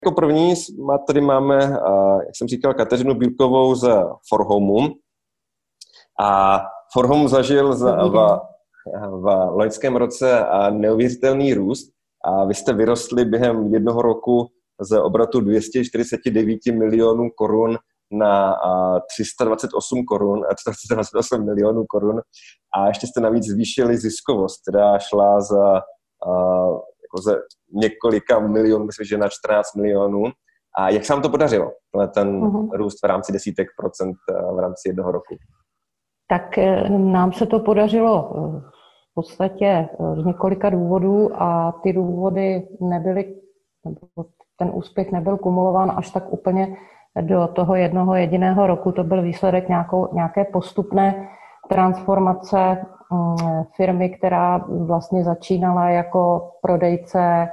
Jako první tady máme, jak jsem říkal, Kateřinu Bílkovou z For Homeu. A For Home zažil v loňském roce neuvěřitelný růst. A vy jste vyrostli během jednoho roku z obratu 249 milionů korun na 328 milionů korun. A ještě jste navíc zvýšili ziskovost, která šla ze několika milionů, myslím, že na 14 milionů. A jak se vám to podařilo, ten růst v rámci desítek procent v rámci jednoho roku? Tak nám se to podařilo v podstatě z několika důvodů a ty důvody ten úspěch nebyl kumulován až tak úplně do toho jednoho jediného roku. To byl výsledek nějaké postupné transformace firmy, která vlastně začínala jako prodejce,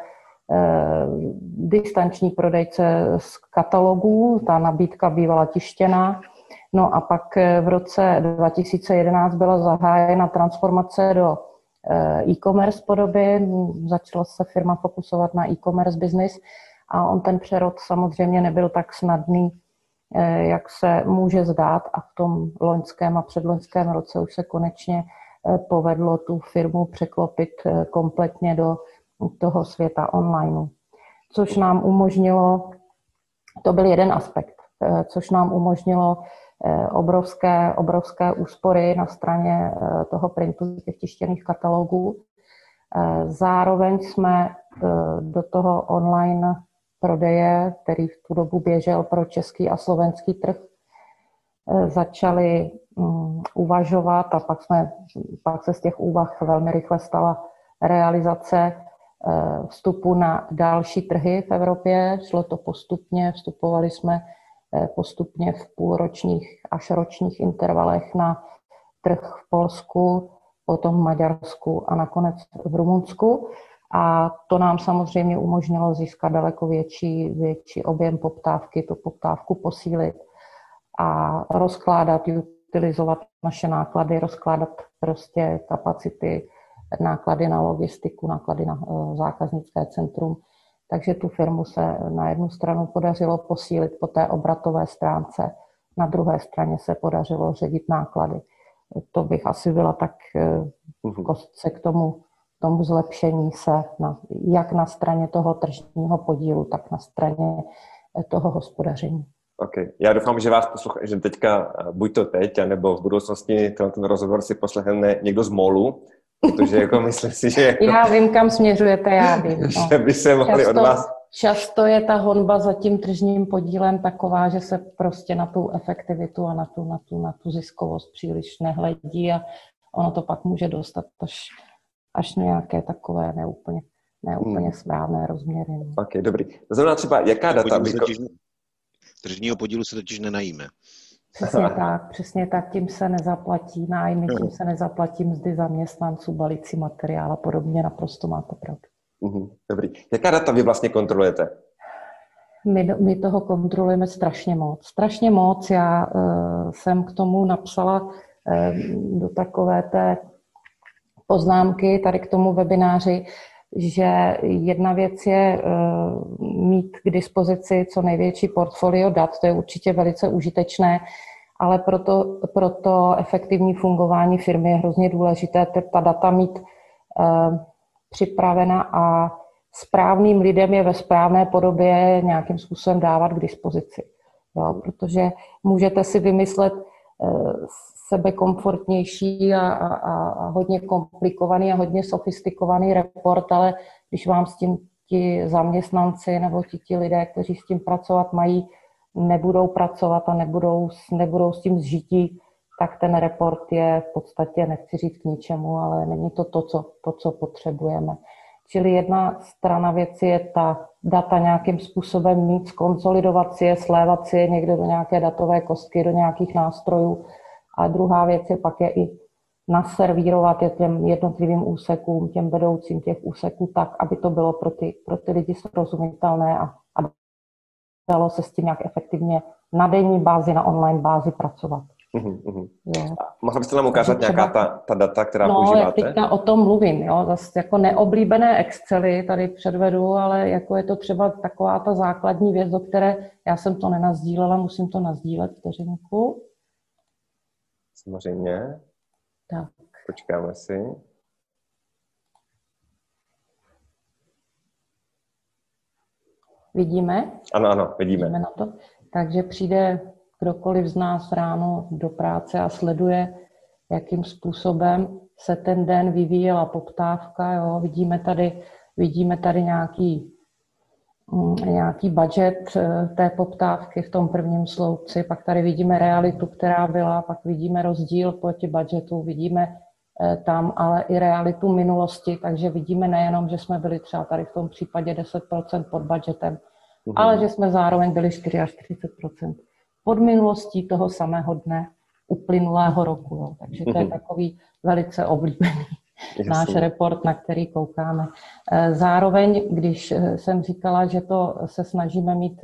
distanční prodejce z katalogů. Ta nabídka bývala tištěná. No a pak v roce 2011 byla zahájena transformace do e-commerce podoby. Začala se firma fokusovat na e-commerce business a ten přerod samozřejmě nebyl tak snadný, jak se může zdát, a v tom loňském a předloňském roce už se konečně povedlo tu firmu překlopit kompletně do toho světa online. Což nám umožnilo, to byl jeden aspekt, což nám umožnilo obrovské úspory na straně toho printu těch tištěných katalogů. Zároveň jsme do toho online prodeje, který v tu dobu běžel pro český a slovenský trh, začali uvažovat a pak se z těch úvah velmi rychle stala realizace vstupu na další trhy v Evropě. Šlo to postupně, vstupovali jsme postupně v půlročních až ročních intervalech na trh v Polsku, potom v Maďarsku a nakonec v Rumunsku. A to nám samozřejmě umožnilo získat daleko větší objem poptávky, tu poptávku posílit a rozkládat, utilizovat naše náklady, rozkládat prostě kapacity, náklady na logistiku, náklady na zákaznické centrum. Takže tu firmu se na jednu stranu podařilo posílit po té obratové stránce, na druhé straně se podařilo ředit náklady. To bych asi byla tak v kostce k tomu zlepšení se, jak na straně toho tržního podílu, tak na straně toho hospodaření. Okay. Já doufám, že vás že teďka, buď to teď, nebo v budoucnosti ten rozhovor si poslechne někdo z MOLu, protože jako myslím si, že... Já vím, kam směřujete, já vím. No. Že by se mohli od vás... Často je ta honba za tím tržním podílem taková, že se prostě na tu efektivitu a na tu ziskovost příliš nehledí a ono to pak může dostat až nějaké takové neúplně správné rozměry. Ok, dobrý. To znamená třeba, jaká data... Tržního podílu se totiž nenajíme. Přesně tak, tím se nezaplatí nájmy, tím se nezaplatí mzdy zaměstnanců, balící materiál a podobně, naprosto máte pravdu. Dobrý. Jaká data vy vlastně kontrolujete? My toho kontrolujeme strašně moc. Strašně moc. Já jsem k tomu napsala do takové té poznámky tady k tomu webináři, že jedna věc je mít k dispozici co největší portfolio dat, to je určitě velice užitečné, ale pro to efektivní fungování firmy je hrozně důležité ta data mít připravena a správným lidem je ve správné podobě nějakým způsobem dávat k dispozici. Jo, protože můžete si vymyslet sebekomfortnější a hodně komplikovaný a hodně sofistikovaný report, ale když vám s tím ti zaměstnanci nebo ti lidé, kteří s tím pracovat mají, nebudou pracovat a nebudou s tím zžití, tak ten report je v podstatě, nechci říct k ničemu, ale není to, co potřebujeme. Čili jedna strana věci je ta data nějakým způsobem mít, skonsolidovat si je, slévat si je někde do nějaké datové kostky, do nějakých nástrojů. A druhá věc je pak je i naservírovat je těm jednotlivým úsekům, těm vedoucím těch úseků tak, aby to bylo pro ty lidi srozumitelné a dalo se s tím nějak efektivně na denní bázi, na online bázi pracovat. Jo. Mohla byste nám ukázat třeba, nějaká ta data, která no, používáte? jak teďka o tom mluvím, jo, zase jako neoblíbené Excely tady předvedu, ale jako je to třeba taková ta základní věc, do které já jsem to nenazdílela, musím to nazdílet vteřinku. Samozřejmě. Tak. Počkáme si. Vidíme? Ano, vidíme. Na to. Takže přijde kdokoliv z nás ráno do práce a sleduje, jakým způsobem se ten den vyvíjela poptávka. Jo. Vidíme tady nějaký budget té poptávky v tom prvním sloupci, pak tady vidíme realitu, která byla, pak vidíme rozdíl proti budgetu, vidíme tam ale i realitu minulosti, takže vidíme nejenom, že jsme byli třeba tady v tom případě 10% pod budgetem, ale že jsme zároveň byli 4 až 40% pod minulostí toho samého dne uplynulého roku. Jo. Takže to je takový velice oblíbený náš report, na který koukáme. Zároveň, když jsem říkala, že to se snažíme mít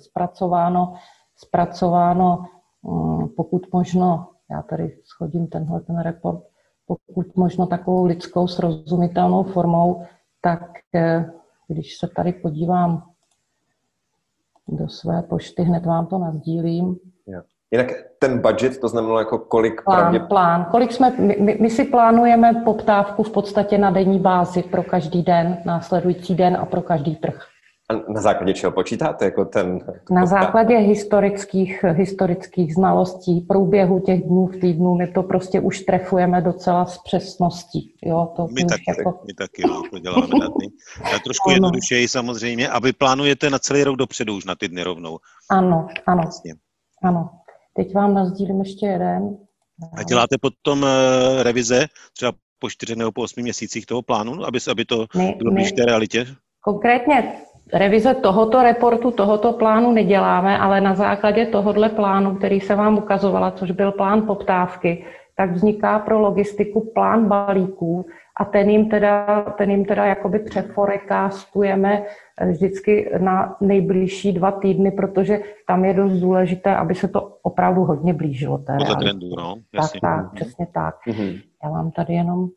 zpracováno pokud možno, já tady shodím ten report, pokud možno takovou lidskou srozumitelnou formou, tak když se tady podívám do své pošty, hned vám to nasdílím. Jo. Jinak ten budget, to znamenalo jako kolik plán. Kolik my si plánujeme poptávku v podstatě na denní bázi pro každý den, následující den a pro každý trh. A na základě čeho počítáte? Jako na základě historických znalostí, průběhu těch dnů v týdnu, my to prostě už trefujeme docela s přesností. Jo, my taky to děláme na dny. A trošku jednodušeji samozřejmě, a vy plánujete na celý rok dopředu už na ty dny rovnou. Ano. Vlastně. Ano. Teď vám nasdílím ještě jeden. A děláte potom revize třeba po 4 nebo po 8 měsících toho plánu, aby to bylo blíž té realitě? Konkrétně revize tohoto reportu, tohoto plánu neděláme, ale na základě tohohle plánu, který se vám ukazovala, což byl plán poptávky, tak vzniká pro logistiku plán balíků a ten jim teda jakoby přeforecastujeme vždycky na nejbližší 2 týdny, protože tam je dost důležité, aby se to opravdu hodně blížilo té realitě. Trendu, no, tak, přesně tak. Já vám tady jenom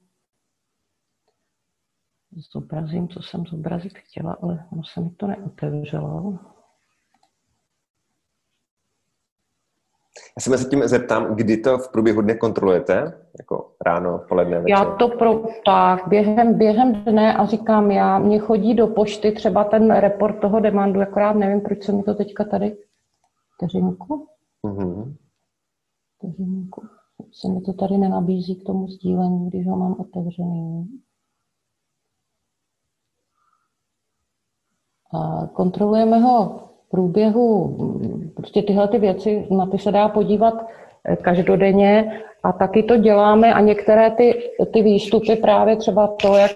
zobrazím, co jsem zobrazit chtěla, ale ono se mi to neotevřelo. Já se mezi tím zeptám, kdy to v průběhu dne kontrolujete? Jako ráno, poledne, večer? Já to během dne a říkám, mně chodí do pošty třeba ten report toho demandu, akorát nevím, proč se mi to teďka tady vteřinku. Se mi to tady nenabízí k tomu sdílení, když ho mám otevřený. A kontrolujeme ho v průběhu, prostě tyhle ty věci, na ty se dá podívat každodenně a taky to děláme a některé ty výstupy právě třeba to, jak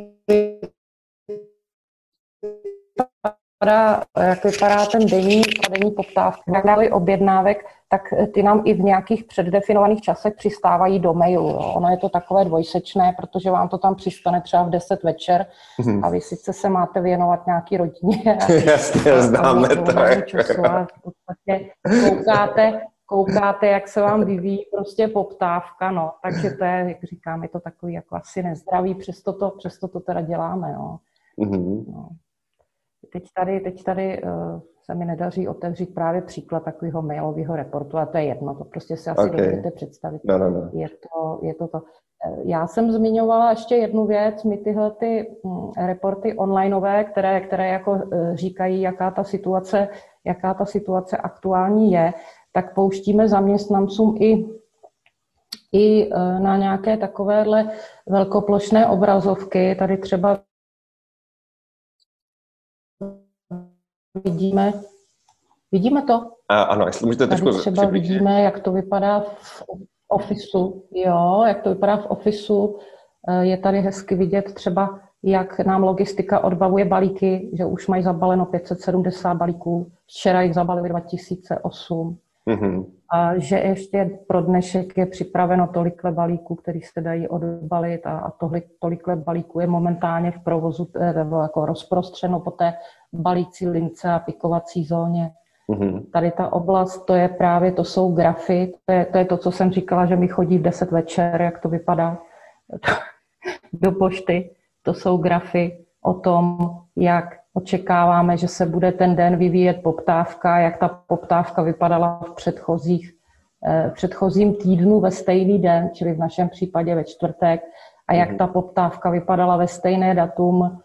vypadá ten denní poptávka, dali objednávek, tak ty nám i v nějakých předdefinovaných časech přistávají do mailu. Jo. Ono je to takové dvojsečné, protože vám to tam přistane třeba v 10 večer a vy sice se máte věnovat nějaký rodině. Jasně, známe tak. Času, ale v podstatě koukáte, jak se vám vyvíjí prostě poptávka, no. Takže to je, jak říkám, je to takový jako asi nezdravý, přesto to teda děláme, no. No. Teď tady se mi nedaří otevřít právě příklad takového mailového reportu, a to je jedno, to prostě si asi dovedete představit. No. Je to. Já jsem zmiňovala ještě jednu věc, my tyhle ty reporty onlineové, které jako říkají, jaká ta situace aktuální je, tak pouštíme zaměstnancům i na nějaké takovéhle velkoplošné obrazovky, tady třeba vidíme to? Ano, jestli můžete trošku třeba přiblížit. Vidíme, jak to vypadá v Officeu. Jo, jak to vypadá v Officeu. Je tady hezky vidět třeba, jak nám logistika odbavuje balíky, že už mají zabaleno 570 balíků. Včera jich zabalili 2008. A že ještě pro dnešek je připraveno tolikle balíků, který se dají odbalit a tolikle balíků je momentálně v provozu, jako rozprostřeno po té balící lince a pikovací zóně. Tady ta oblast, to jsou grafy, to je to, co jsem říkala, že mi chodí v 10 večer, jak to vypadá do pošty. To jsou grafy o tom, jak očekáváme, že se bude ten den vyvíjet poptávka, jak ta poptávka vypadala v předchozím týdnu ve stejný den, čili v našem případě ve čtvrtek, a jak ta poptávka vypadala ve stejné datum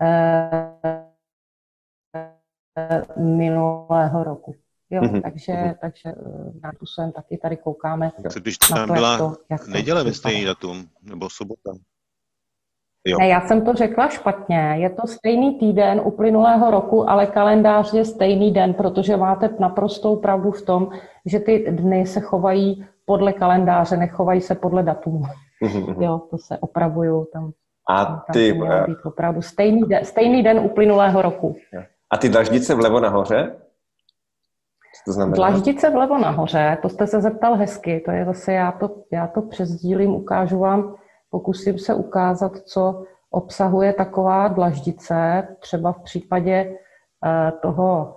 minulého roku. Jo, takže na tu jsem taky tady koukáme. Když tam byla neděle ve stejný datum, nebo sobota? Jo. Ne, já jsem to řekla špatně. Je to stejný týden uplynulého roku, ale kalendář je stejný den, protože máte naprostou pravdu v tom, že ty dny se chovají podle kalendáře, nechovají se podle datumu. Jo, to se opravuju. Tam to mělo být opravdu stejný den uplynulého roku. A ty dlaždice vlevo nahoře? Co to znamená? Dlaždice vlevo nahoře, to jste se zeptal hezky. To je zase, já to přesdílím, ukážu vám. Pokusím se ukázat, co obsahuje taková dlaždice, třeba v případě toho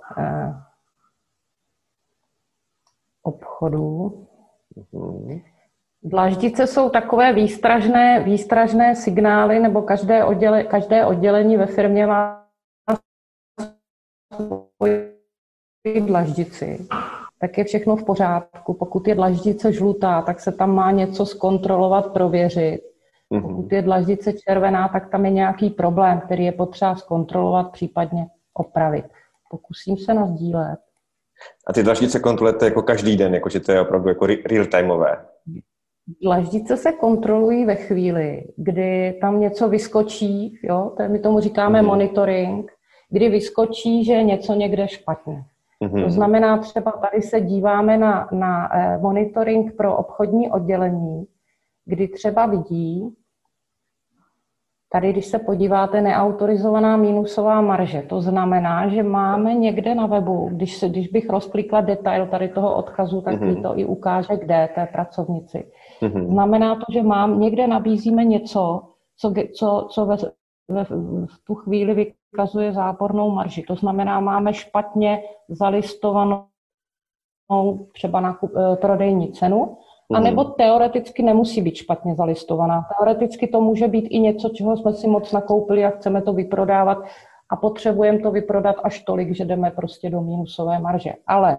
obchodu. Dlaždice jsou takové výstražné signály, nebo každé oddělení ve firmě má svoji dlaždici. Tak je všechno v pořádku. Pokud je dlaždice žlutá, tak se tam má něco zkontrolovat, prověřit. Pokud je dlaždice červená, tak tam je nějaký problém, který je potřeba zkontrolovat, případně opravit. Pokusím se nasdílet. A ty dlaždice kontrolujete jako každý den, jakože to je opravdu jako real-timeové? Dlaždice se kontrolují ve chvíli, kdy tam něco vyskočí, jo? My tomu říkáme monitoring, kdy vyskočí, že je něco někde špatně. To znamená, třeba tady se díváme na monitoring pro obchodní oddělení, kdy třeba vidí, tady, když se podíváte, neautorizovaná minusová marže. To znamená, že máme někde na webu, když bych rozklikla detail tady toho odkazu, tak mi to i ukáže, kde té pracovnici. Znamená to, že někde nabízíme něco, co v tu chvíli vykazuje zápornou marži. To znamená, máme špatně zalistovanou třeba prodejní cenu, a nebo teoreticky nemusí být špatně zalistovaná. Teoreticky to může být i něco, čeho jsme si moc nakoupili a chceme to vyprodávat a potřebujeme to vyprodat až tolik, že jdeme prostě do minusové marže. Ale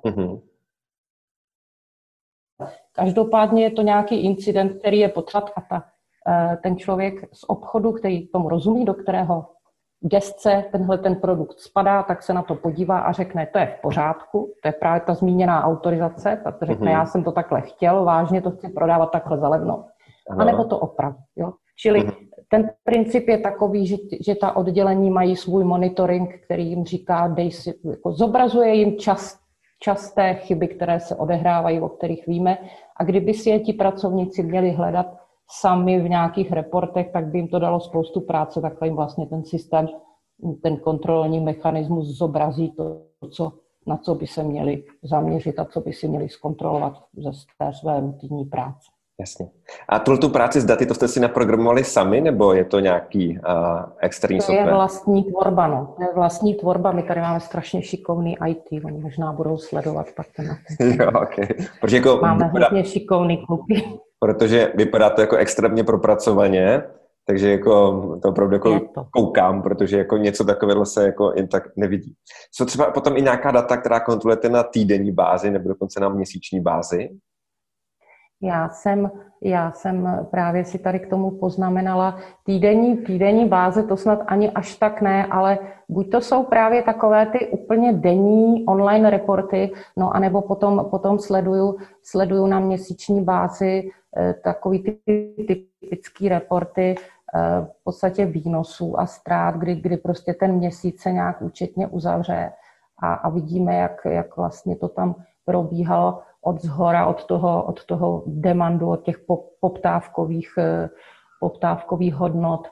každopádně je to nějaký incident, který je potřeba a ten člověk z obchodu, který tomu rozumí, do kterého gesce ten produkt spadá, tak se na to podívá a řekne, to je v pořádku, to je právě ta zmíněná autorizace, tak to řekne, já jsem to takhle chtěl, vážně to chci prodávat takhle za levno, anebo to opraví. Jo? Čili ten princip je takový, že ta oddělení mají svůj monitoring, který jim říká, zobrazuje jim časté chyby, které se odehrávají, o kterých víme, a kdyby si je ti pracovníci měli hledat sami v nějakých reportech, tak by jim to dalo spoustu práce, takhle jim vlastně ten systém, ten kontrolní mechanismus zobrazí to, na co by se měli zaměřit a co by si měli zkontrolovat ze té své rutinní práce. Jasně. A tu práci s daty, to jste si naprogramovali sami, nebo je to nějaký externí software? To je vlastní tvorba, no. To je vlastní tvorba. My tady máme strašně šikovný IT, oni možná budou sledovat pak ten. Jo, okay. Protože jako máme hodně šikovný kluky. Protože vypadá to jako extrémně propracovaně, takže jako to opravdu jako koukám, protože jako něco takového se jako jen tak nevidí. Jsou třeba potom i nějaká data, která kontrolujete na týdenní bázi nebo dokonce na měsíční bázi? Já jsem právě si tady k tomu poznamenala týdenní báze, to snad ani až tak ne, ale buď to jsou právě takové ty úplně denní online reporty, no anebo potom sleduju na měsíční bázi takový ty typický reporty v podstatě výnosů a ztrát, kdy prostě ten měsíc se nějak účetně uzavře a vidíme, jak vlastně to tam probíhalo od zhora, od toho demandu, od těch poptávkových hodnot,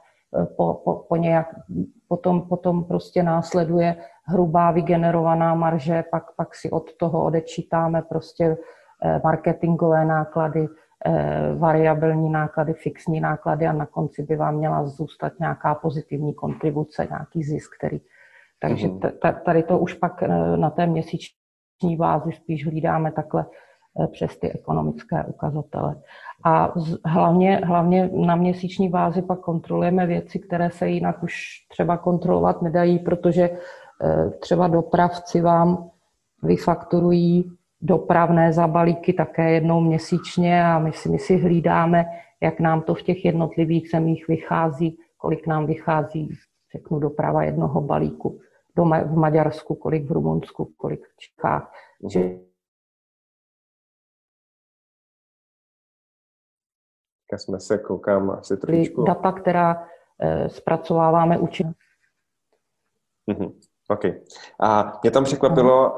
potom prostě následuje hrubá vygenerovaná marže, pak si od toho odečítáme prostě marketingové náklady, variabilní náklady, fixní náklady a na konci by vám měla zůstat nějaká pozitivní kontribuce, nějaký zisk, který. Takže tady to už pak na té měsíční bázi spíš hlídáme takhle přes ty ekonomické ukazatele. A hlavně na měsíční bázi pak kontrolujeme věci, které se jinak už třeba kontrolovat nedají, protože třeba dopravci vám vyfakturují dopravné zabalíky také jednou měsíčně a my si hlídáme, jak nám to v těch jednotlivých zemích vychází, kolik nám vychází, řeknu, doprava jednoho balíku v Maďarsku, kolik v Rumunsku, kolik v Čechách. Jsme se koukám asi trošičku. Data, která zpracováváme účinně. OK. A mě tam překvapilo,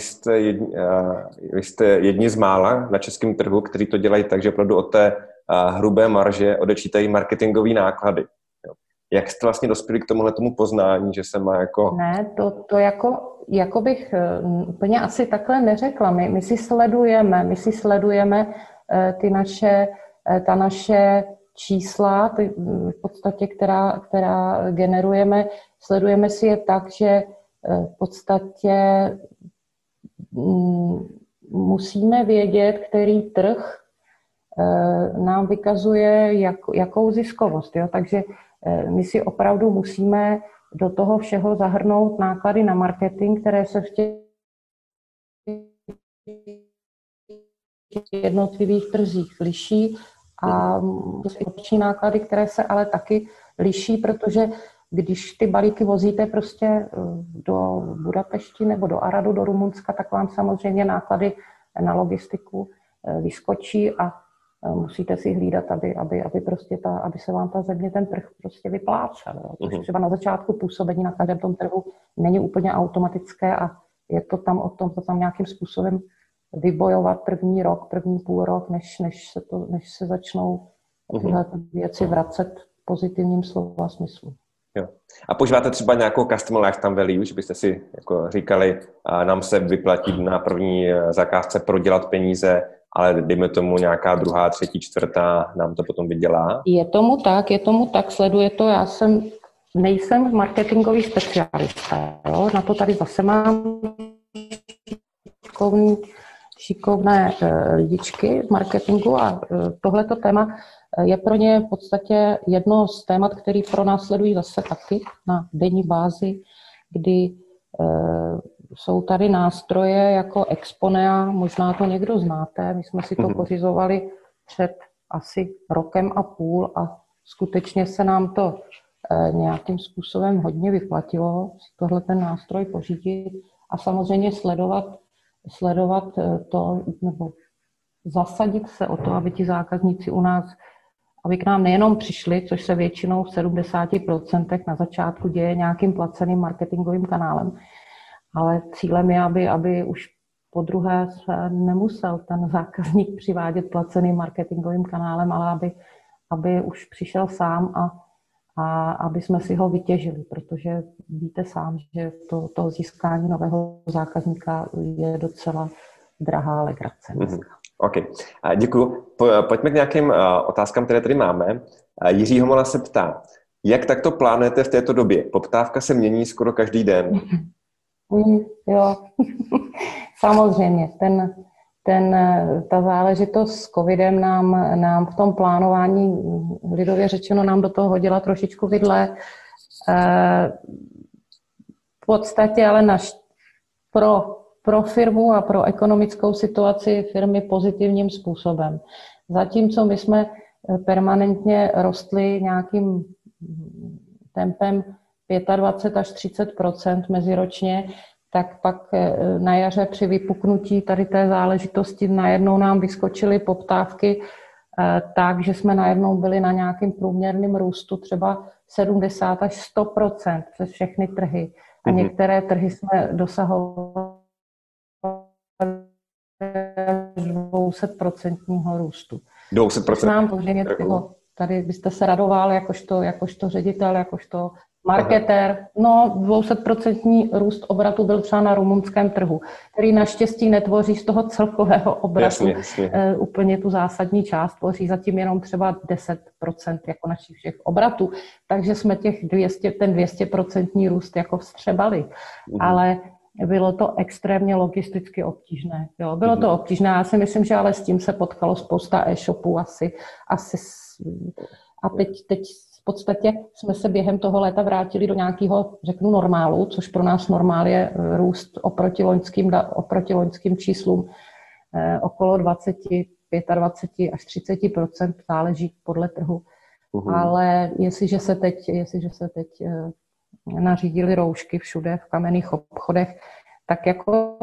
vy jste jedni z mála na českém trhu, kteří to dělají tak, že opravdu od té hrubé marže odečítají marketingové náklady. Jak jste vlastně dospěli k tomuhletomu poznání, že se má jako... Ne, to jako bych úplně asi takhle neřekla. My si sledujeme ta naše čísla, v podstatě, která generujeme, sledujeme si je tak, že v podstatě musíme vědět, který trh nám vykazuje jakou ziskovost. Jo? Takže my si opravdu musíme do toho všeho zahrnout náklady na marketing, které se v těch jednotlivých trzích liší, a náklady, které se ale taky liší, protože když ty balíky vozíte prostě do Budapešti nebo do Aradu, do Rumunska, tak vám samozřejmě náklady na logistiku vyskočí a musíte si hlídat, aby se vám ta země, ten trh prostě vyplácel. Což třeba na začátku působení na každém tom trhu není úplně automatické a je to tam o tom, to tam nějakým způsobem vybojovat první rok, první půl rok, než se začnou tyhle věci vracet v pozitivním slova smyslu. Jo. A používáte třeba nějakou customer lifetime value, že byste si jako říkali, nám se vyplatí na první zakázce prodělat peníze, ale dejme tomu nějaká druhá, třetí, čtvrtá nám to potom vydělá? Je tomu tak, sleduje to. Já nejsem marketingový specialista. Jo? Na to tady zase mám šikovné lidičky z marketingu a tohleto téma je pro ně v podstatě jedno z témat, který pro nás sledují zase taky na denní bázi, kdy jsou tady nástroje jako Exponea, možná to někdo znáte, my jsme si to pořizovali před asi rokem a půl a skutečně se nám to nějakým způsobem hodně vyplatilo si tohle ten nástroj pořídit a samozřejmě sledovat to, nebo zasadit se o to, aby ti zákazníci u nás, aby k nám nejenom přišli, což se většinou v 70% na začátku děje nějakým placeným marketingovým kanálem, ale cílem je, aby už podruhé se nemusel ten zákazník přivádět placeným marketingovým kanálem, ale aby už přišel sám a aby jsme si ho vytěžili, protože víte sám, že to získání nového zákazníka je docela drahá legrace. OK. Děkuju. Pojďme k nějakým otázkám, které tady máme. Jiří Homola se ptá, jak takto plánujete v této době? Poptávka se mění skoro každý den. Jo, samozřejmě. Ta záležitost s covidem nám v tom plánování, lidově řečeno, nám do toho hodila trošičku vidle. V podstatě ale pro firmu a pro ekonomickou situaci firmy pozitivním způsobem. Zatímco my jsme permanentně rostli nějakým tempem 25 až 30% meziročně, tak pak na jaře při vypuknutí tady té záležitosti najednou nám vyskočily poptávky tak, že jsme najednou byli na nějakým průměrném růstu třeba 70 až 100% přes všechny trhy. A některé trhy jsme dosahovali 200% růstu. 200%? Tady byste se radoval jakožto ředitel, jakožto marketér. No, 200% růst obratu byl třeba na rumunském trhu, který naštěstí netvoří z toho celkového obratu jasně. Úplně tu zásadní část, tvoří zatím jenom třeba 10% jako našich všech obratů. Takže jsme ten 200% růst jako vstřebali. Ale bylo to extrémně logisticky obtížné. Jo, bylo to obtížné, já si myslím, že ale s tím se potkalo spousta e-shopů asi a teď v podstatě jsme se během toho léta vrátili do nějakého, řeknu, normálu, což pro nás normál je růst oproti loňským číslům okolo 20, 25 až 30%, záleží podle trhu. Ale jestliže se teď nařídili roušky všude v kamenných obchodech, tak jako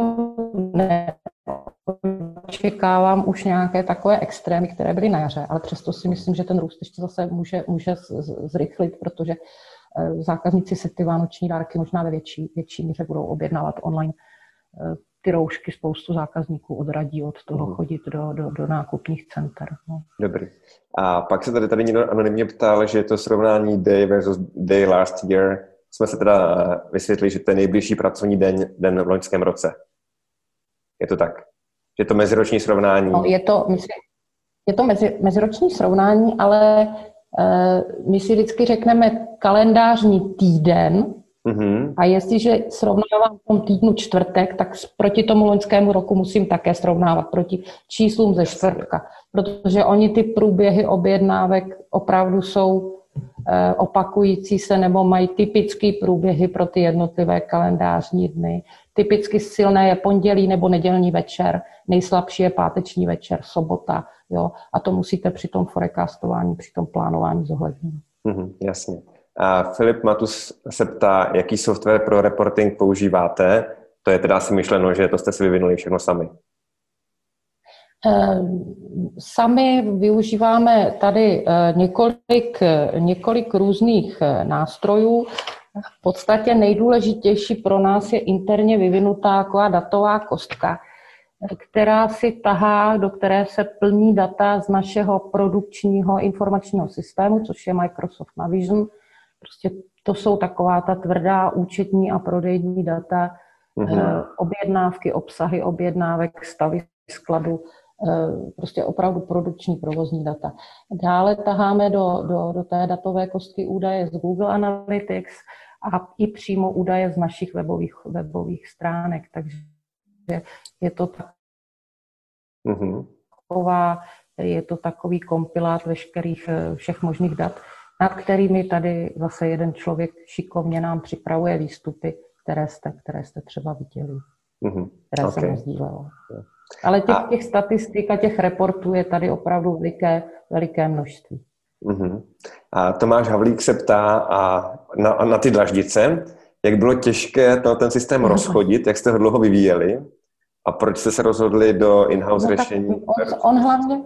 očekávám už nějaké takové extrémy, které byly na jaře, ale přesto si myslím, že ten růst ještě zase může zrychlit, protože zákazníci si ty vánoční dárky možná ve větší míře budou objednávat online. Ty roušky spoustu zákazníků odradí od toho chodit do nákupních center. No. Dobrý. A pak se tady někdo anonymně ptal, že je to srovnání day versus day last year. Jsme se teda vysvětlili, že to je nejbližší pracovní den v loňském roce. Je to tak? Je to meziroční srovnání? No, je to meziroční srovnání, ale my si vždycky řekneme kalendářní týden a jestliže srovnávám v tom týdnu čtvrtek, tak proti tomu loňskému roku musím také srovnávat proti číslům ze čtvrtka, protože oni ty průběhy objednávek opravdu jsou opakující se nebo mají typické průběhy pro ty jednotlivé kalendářní dny. Typicky silné je pondělí nebo nedělní večer, nejslabší je páteční večer, sobota. Jo? A to musíte při tom forecastování, při tom plánování zohlednit. Jasně. A Filip Matus se ptá, jaký software pro reporting používáte. To je teda asi myšleno, že to jste si vyvinuli všechno sami. Sami využíváme tady několik různých nástrojů. V podstatě nejdůležitější pro nás je interně vyvinutá taková datová kostka, která si tahá, do které se plní data z našeho produkčního informačního systému, což je Microsoft Navision. Prostě to jsou taková ta tvrdá účetní a prodejní data, objednávky, obsahy objednávek, stavy skladu, prostě opravdu produkční provozní data. Dále taháme do té datové kostky údaje z Google Analytics a i přímo údaje z našich webových stránek. Takže je to takový kompilát všech možných dat, nad kterými tady zase jeden člověk šikovně nám připravuje výstupy, které jste třeba viděli, které jsem sdílela. Ale těch statistik a těch reportů je tady opravdu veliké množství. A Tomáš Havlík se ptá na ty dlaždice, jak bylo těžké ten systém rozchodit, jak jste ho dlouho vyvíjeli a proč jste se rozhodli do in-house řešení? On hlavně...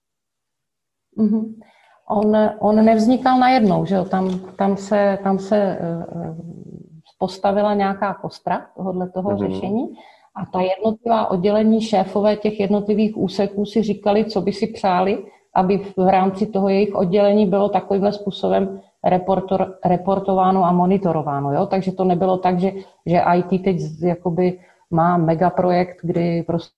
On nevznikal najednou, že jo? Tam se postavila nějaká kostra tohoto řešení a ta jednotlivá oddělení, šéfové těch jednotlivých úseků si říkali, co by si přáli, aby v rámci toho jejich oddělení bylo takovýmhle způsobem reportováno a monitorováno. Jo? Takže to nebylo tak, že IT teď jakoby má megaprojekt, kdy prostě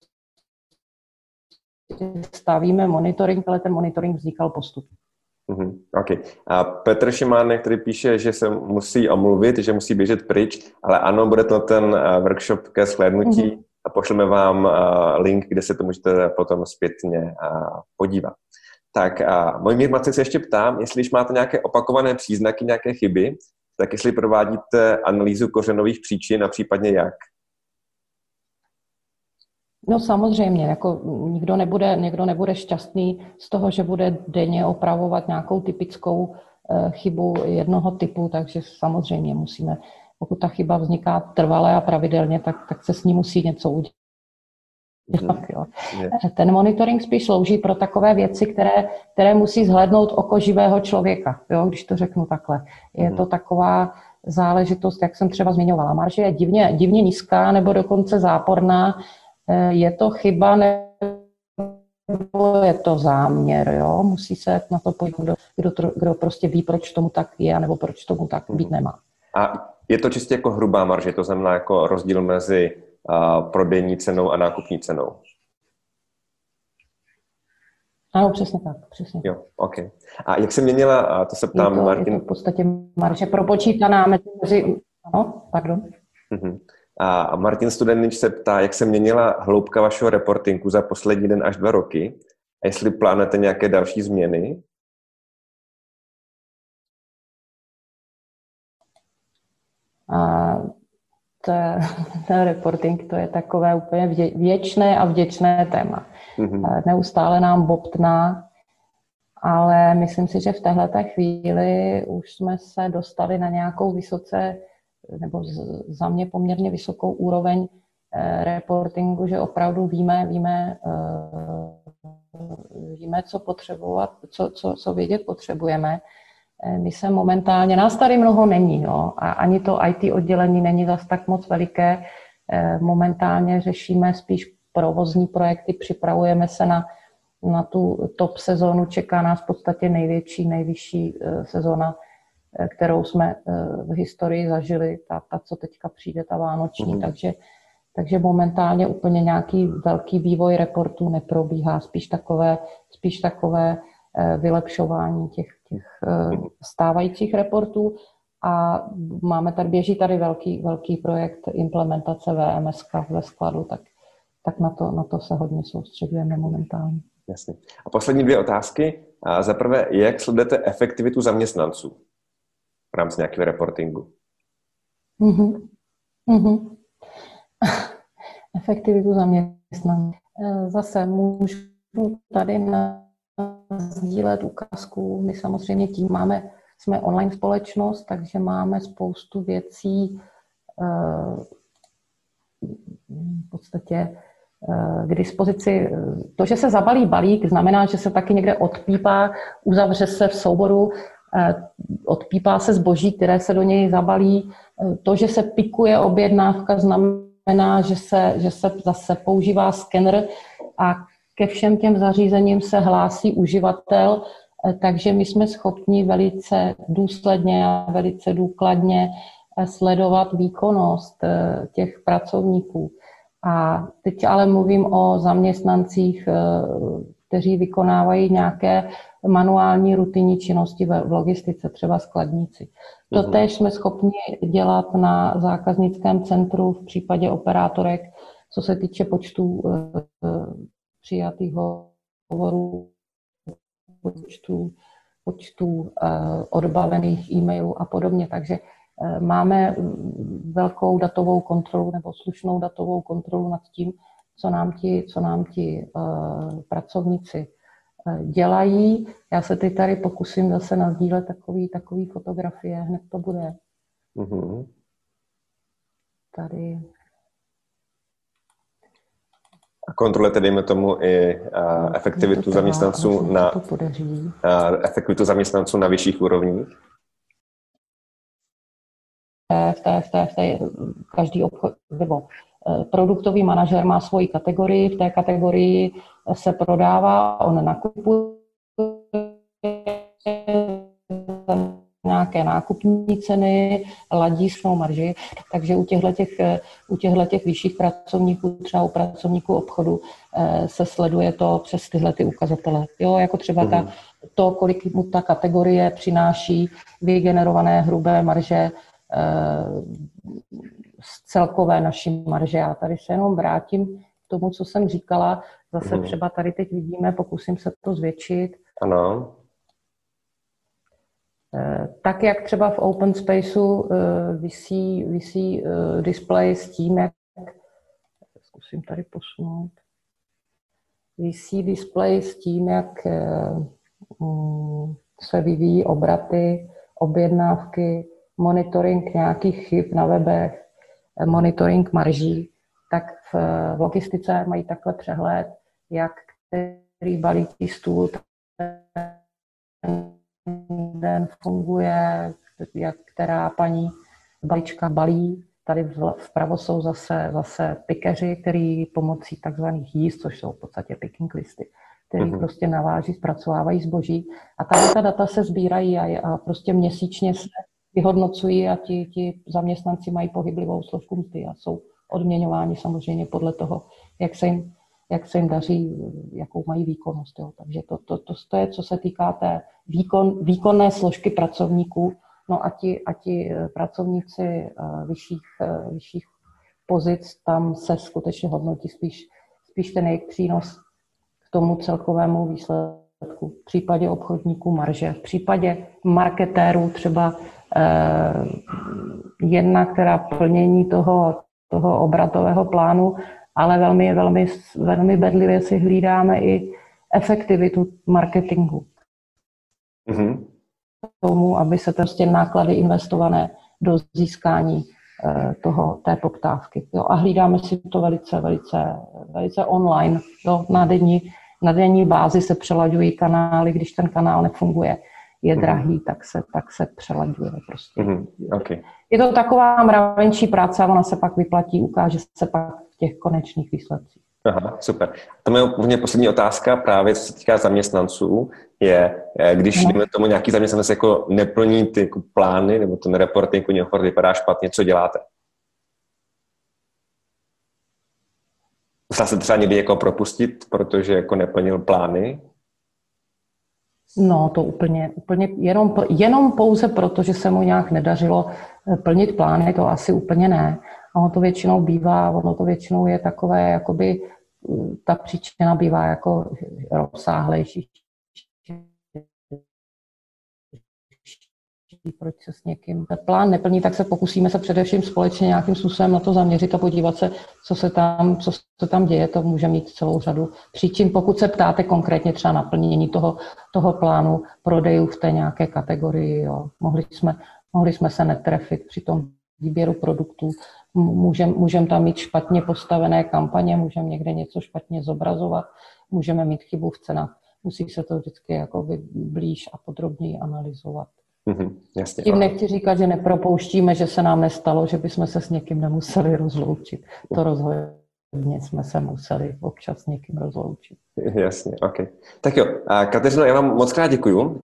stavíme monitoring, ale ten monitoring vznikal postupně. Okay. A Petr Šimánek, který píše, že se musí omluvit, že musí běžet pryč, ale ano, bude to ten workshop ke shlédnutí a pošleme vám link, kde se to můžete potom zpětně podívat. Tak můj Mír Macek se ještě ptám, jestli když máte nějaké opakované příznaky, nějaké chyby, tak jestli provádíte analýzu kořenových příčin a případně jak? No samozřejmě, jako někdo nebude šťastný z toho, že bude denně opravovat nějakou typickou chybu jednoho typu, takže samozřejmě musíme, pokud ta chyba vzniká trvale a pravidelně, tak se s ní musí něco udělat. Jo. Ten monitoring spíš slouží pro takové věci, které musí zhlédnout oko živého člověka, jo, když to řeknu takhle. Je to taková záležitost, jak jsem třeba zmiňovala, marže je divně nízká nebo dokonce záporná. Je to chyba nebo je to záměr, jo? Musí se na to podívat, kdo prostě ví, proč tomu tak je, nebo proč tomu tak být nemá. A je to čistě jako hrubá marže, to znamená jako rozdíl mezi prodejní cenou a nákupní cenou? Ano, přesně tak. Přesně. Jo, OK. A jak se měnila, to se ptám, Martin. Je to v podstatě marže propočítaná mezi... Ano, pardon. A Martin Studenič se ptá, jak se měnila hloubka vašeho reportingu za poslední 1 až 2 roky a jestli plánujete nějaké další změny. A ten reporting, to je takové úplně věčné a vděčné téma. Neustále nám bobtná, ale myslím si, že v téhleté chvíli už jsme se dostali na nějakou vysoce, nebo za mě poměrně vysokou úroveň reportingu, že opravdu víme, co potřebovat, co vědět potřebujeme. My se momentálně, nás tady mnoho není, jo, a ani to IT oddělení není zas tak moc veliké. Momentálně řešíme spíš provozní projekty, připravujeme se na tu top sezónu, čeká nás v podstatě nejvyšší sezóna, kterou jsme v historii zažili, ta co teďka přijde, ta vánoční, takže momentálně úplně nějaký velký vývoj reportů neprobíhá, spíš takové vylepšování těch stávajících reportů a běží tady velký projekt implementace VMS ve skladu, tak na to se hodně soustředujeme momentálně. Jasně. A poslední 2 otázky. Za prvé, jak sledujete efektivitu zaměstnanců v rámci nějakého reportingu? Efektivitu zaměstnanců. Zase můžu tady sdílet ukázku. My samozřejmě tím jsme online společnost, takže máme spoustu věcí v podstatě k dispozici. To, že se zabalí balík, znamená, že se taky někde odpípá, uzavře se v souboru, odpípá se zboží, které se do něj zabalí. To, že se pikuje objednávka, znamená, že se zase používá skener a ke všem těm zařízením se hlásí uživatel, takže my jsme schopni velice důsledně a velice důkladně sledovat výkonnost těch pracovníků. A teď ale mluvím o zaměstnancích, kteří vykonávají nějaké manuální rutinní činnosti v logistice, třeba skladníci. Totéž jsme schopni dělat na zákaznickém centru v případě operátorek, co se týče počtu přijatých hovorů, počtu odbavených e-mailů a podobně. Takže máme velkou datovou kontrolu nebo slušnou datovou kontrolu nad tím, co nám ti pracovníci dělají. Já se teď tady pokusím zase nasdílet takový fotografie, hned to bude. Tady. A kontrolujete, dejme tomu, i efektivitu zaměstnanců na vyšších úrovních? Každý obchod, nebo produktový manažer má svoji kategorii, v té kategorii se prodává, on nakupuje nějaké nákupní ceny, ladí svou marži, takže u těchto vyšších pracovníků, třeba u pracovníků obchodu, se sleduje to přes tyhle ty ukazatele. Jo, jako třeba to, kolik mu ta kategorie přináší vygenerované hrubé marže z celkové naší marže. Já tady se jenom vrátím k tomu, co jsem říkala. Zase třeba tady teď vidíme, pokusím se to zvětšit. Ano. Tak, jak třeba v Open Spaceu visí display s tím, jak... Zkusím tady posunout. Visí display s tím, jak se vyvíjí obraty, objednávky, monitoring nějakých chyb na webech, monitoring marží, tak v logistice mají takhle přehled, jak který balíký stůl den funguje, jak která paní balíčka balí. Tady vpravo jsou zase pikeři, který pomocí takzvaných jízd, což jsou v podstatě picking listy, který prostě naváží, zpracovávají zboží. A ta data se sbírají a prostě měsíčně se vyhodnocují a ti zaměstnanci mají pohyblivou složku mzdy a jsou odměňováni samozřejmě podle toho, jak se jim daří, jakou mají výkonnost. Jo. Takže to je, co se týká té výkonné složky pracovníků. No a ti pracovníci vyšších pozic, tam se skutečně hodnotí spíš ten jejich přínos k tomu celkovému výsledku. V případě obchodníků marže, v případě marketérů třeba jedna, která plnění toho obratového plánu, ale velmi bedlivě si hlídáme i efektivitu marketingu. Mm-hmm. Tomu, aby se prostě náklady investované do získání té poptávky. Jo, a hlídáme si to velice online. Jo, na denní bázi se přelaďují kanály, když ten kanál nefunguje, je drahý, tak se přelaďuje prostě. Mm-hmm. Okay. Je to taková mravenčí práce a ona se pak vyplatí, ukáže se pak v těch konečných výsledcích. Aha, super. To je úplně poslední otázka právě, co se týká zaměstnanců, je, když dejme tomu nějaký zaměstnanec jako neplní ty jako plány, nebo ten reporting u něho vypadá špatně, co děláte? Dá se třeba někdy jako propustit, protože jako neplnil plány? No, to úplně jenom pouze proto, že se mu nějak nedařilo plnit plány, to asi úplně ne. A ono to většinou je takové, jakoby ta příčina bývá jako rozsáhlejší. Proč se s někým plán neplní, tak se pokusíme se především společně nějakým způsobem na to zaměřit a podívat se, co se tam děje. To může mít celou řadu příčin. Pokud se ptáte konkrétně třeba naplnění toho plánu prodejů v té nějaké kategorii, jo. Mohli jsme se netrefit při tom výběru produktů, můžeme tam mít špatně postavené kampaně, můžeme někde něco špatně zobrazovat, můžeme mít chybu v cenách. Musí se to vždycky jako blíž a podrobněji analyzovat. Jasně. Tím nechci říkat, že nepropouštíme, že se nám nestalo, že bychom se s někým nemuseli rozloučit. To rozhodně jsme se museli občas s někým rozloučit. Jasně, ok. Tak jo, Kateřino, já vám moc krát děkuju.